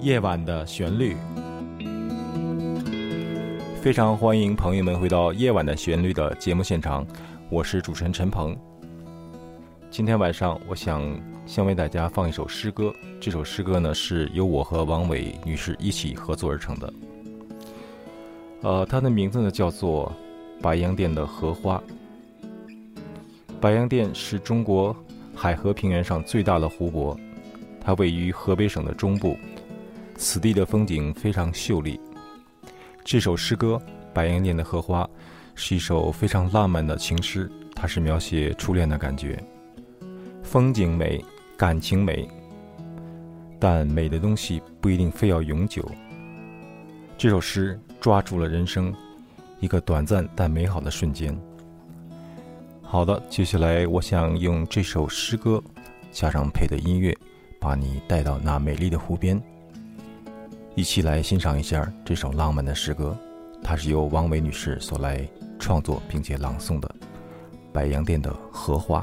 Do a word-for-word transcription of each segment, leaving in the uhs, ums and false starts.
夜晚的旋律。非常欢迎朋友们回到夜晚的旋律的节目现场，我是主持人陈鹏。今天晚上我想先为大家放一首诗歌，这首诗歌呢是由我和王伟女士一起合作而成的。呃，它的名字呢叫做白洋淀的荷花。白洋淀是中国海河平原上最大的湖泊，它位于河北省的中部，此地的风景非常秀丽。这首诗歌《白洋淀的荷花》是一首非常浪漫的情诗，它是描写初恋的感觉。风景美，感情美，但美的东西不一定非要永久。这首诗抓住了人生一个短暂但美好的瞬间。好的，接下来我想用这首诗歌加上配的音乐，把你带到那美丽的湖边，一起来欣赏一下这首浪漫的诗歌。它是由王维女士所来创作并且朗诵的《白洋淀的荷花》。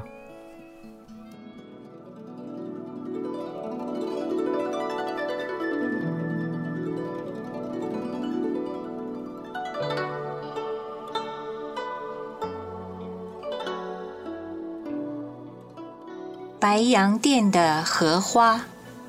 白洋淀的荷花，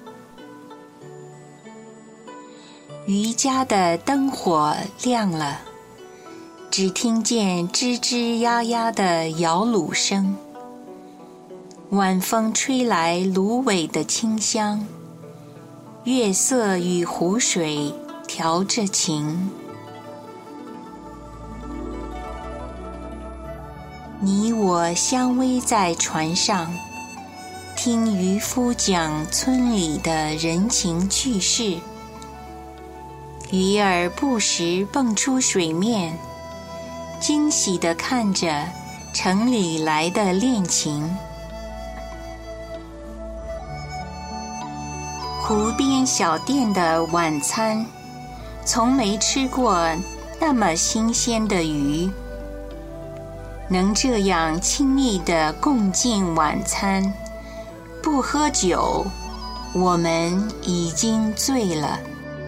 渔家的灯火亮了，只听见吱吱呀呀的摇橹声。晚风吹来芦苇的清香，月色与湖水调着情。你我相偎在船上，听渔夫讲村里的人情趣事。鱼儿不时蹦出水面，惊喜地看着城里来的恋情。湖边小店的晚餐，从没吃过那么新鲜的鱼。能这样亲密地共进晚餐，不喝酒，我们已经醉了。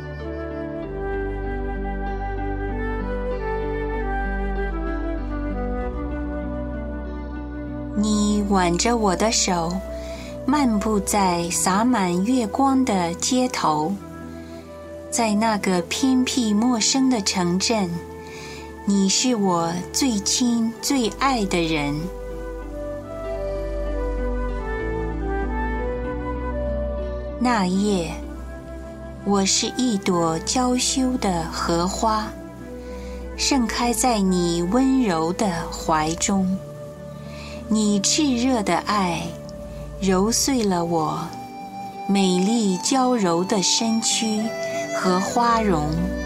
你挽着我的手，漫步在洒满月光的街头，在那个偏僻陌生的城镇，你是我最亲最爱的人。那夜，我是一朵娇羞的荷花，盛开在你温柔的怀中。你炽热的爱揉碎了我美丽娇柔的身躯和花容。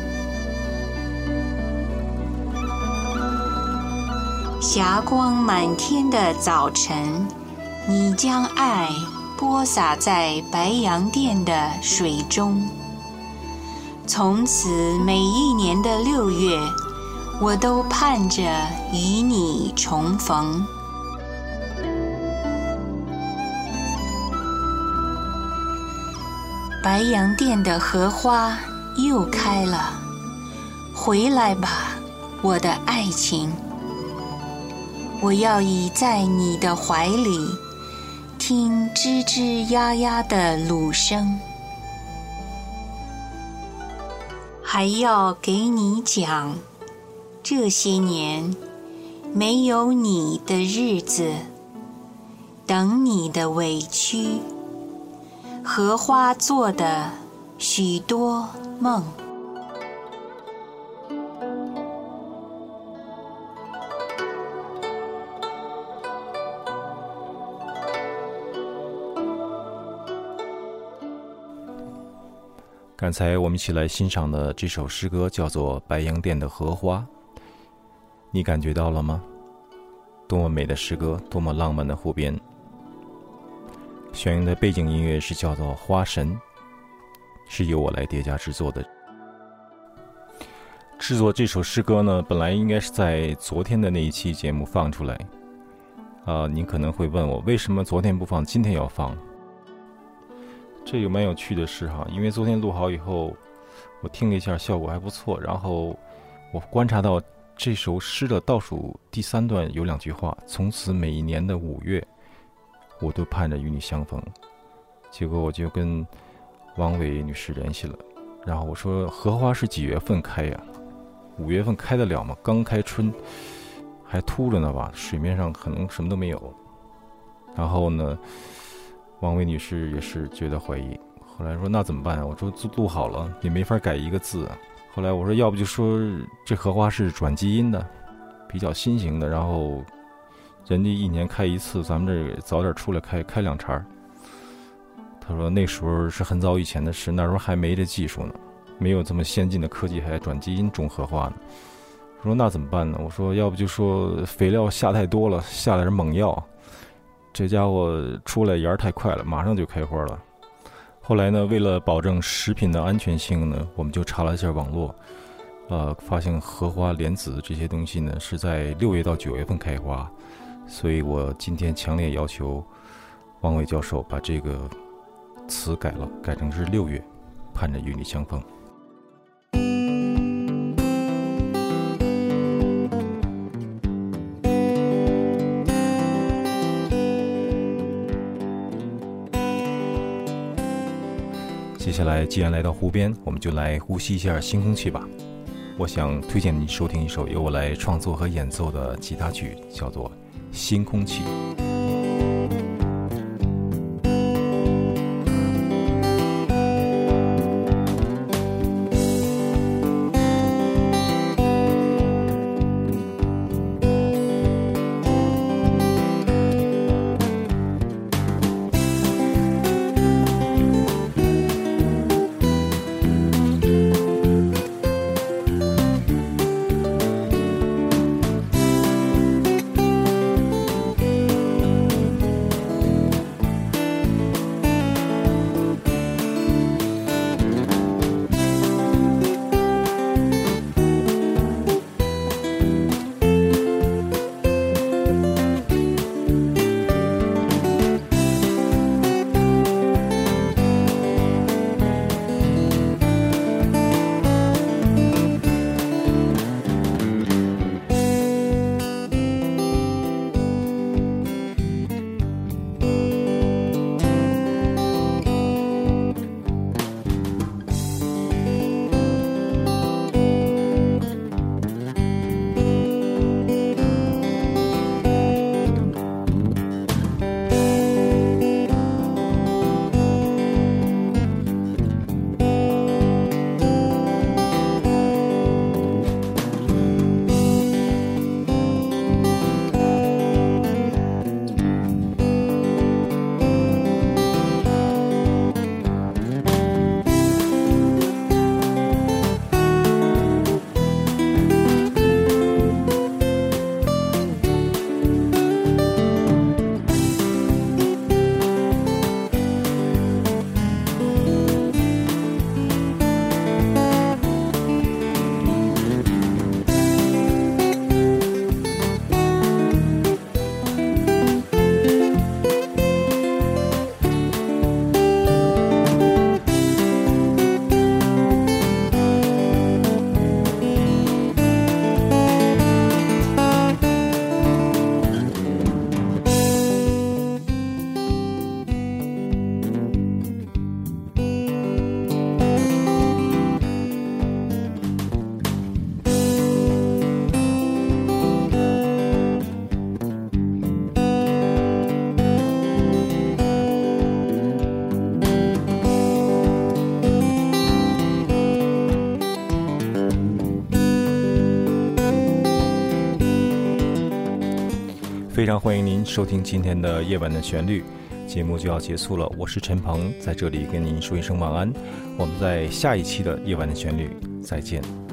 霞光满天的早晨，你将爱播撒在白洋淀的水中。从此每一年的六月，我都盼着与你重逢。白洋淀的荷花又开了，回来吧，我的爱情。我要倚在你的怀里，听吱吱呀呀的橹声，还要给你讲这些年没有你的日子，等你的委屈，荷花做的许多梦。 刚才我们一起来欣赏的这首诗歌叫做《白洋淀的荷花》，你感觉到了吗？多么美的诗歌，多么浪漫的湖边。选用的背景音乐是叫做《花神》，是由我来叠加制作的。制作这首诗歌呢，本来应该是在昨天的那一期节目放出来。呃，您可能会问我，为什么昨天不放，今天要放？ 这个蛮有趣的是哈，因为昨天录好以后，我听了一下，效果还不错。然后我观察到这首诗的倒数第三段有两句话：从此每一年的五月，我都盼着与你相逢。结果我就跟王伟女士联系了，然后我说荷花是几月份开呀？五月份开得了吗？刚开春，还秃着呢吧？水面上可能什么都没有。然后呢，王伟女士也是觉得怀疑，后来说那怎么办啊？我说录好了也没法改一个字啊。后来我说要不就说这荷花是转基因的，比较新型的，然后人家一年开一次，咱们这早点出来开开两茬。他说那时候是很早以前的事，那时候还没这技术呢，没有这么先进的科技，还转基因种荷花呢。说那怎么办呢？我说要不就说肥料下太多了，下了点猛药，这家伙出来芽太快了，马上就开花了。后来呢，为了保证食品的安全性呢，我们就查了一下网络，呃，发现荷花、莲子这些东西呢是在六月到九月份开花，所以我今天强烈要求王伟教授把这个词改了，改成是六月，盼着与你相逢。接下来既然来到湖边，我们就来呼吸一下新空气吧。我想推荐您收听一首由我来创作和演奏的吉他曲，叫做《新空气》。非常欢迎您收听今天的夜晚的旋律，节目就要结束了，我是陈鹏，在这里跟您说一声晚安，我们在下一期的夜晚的旋律再见。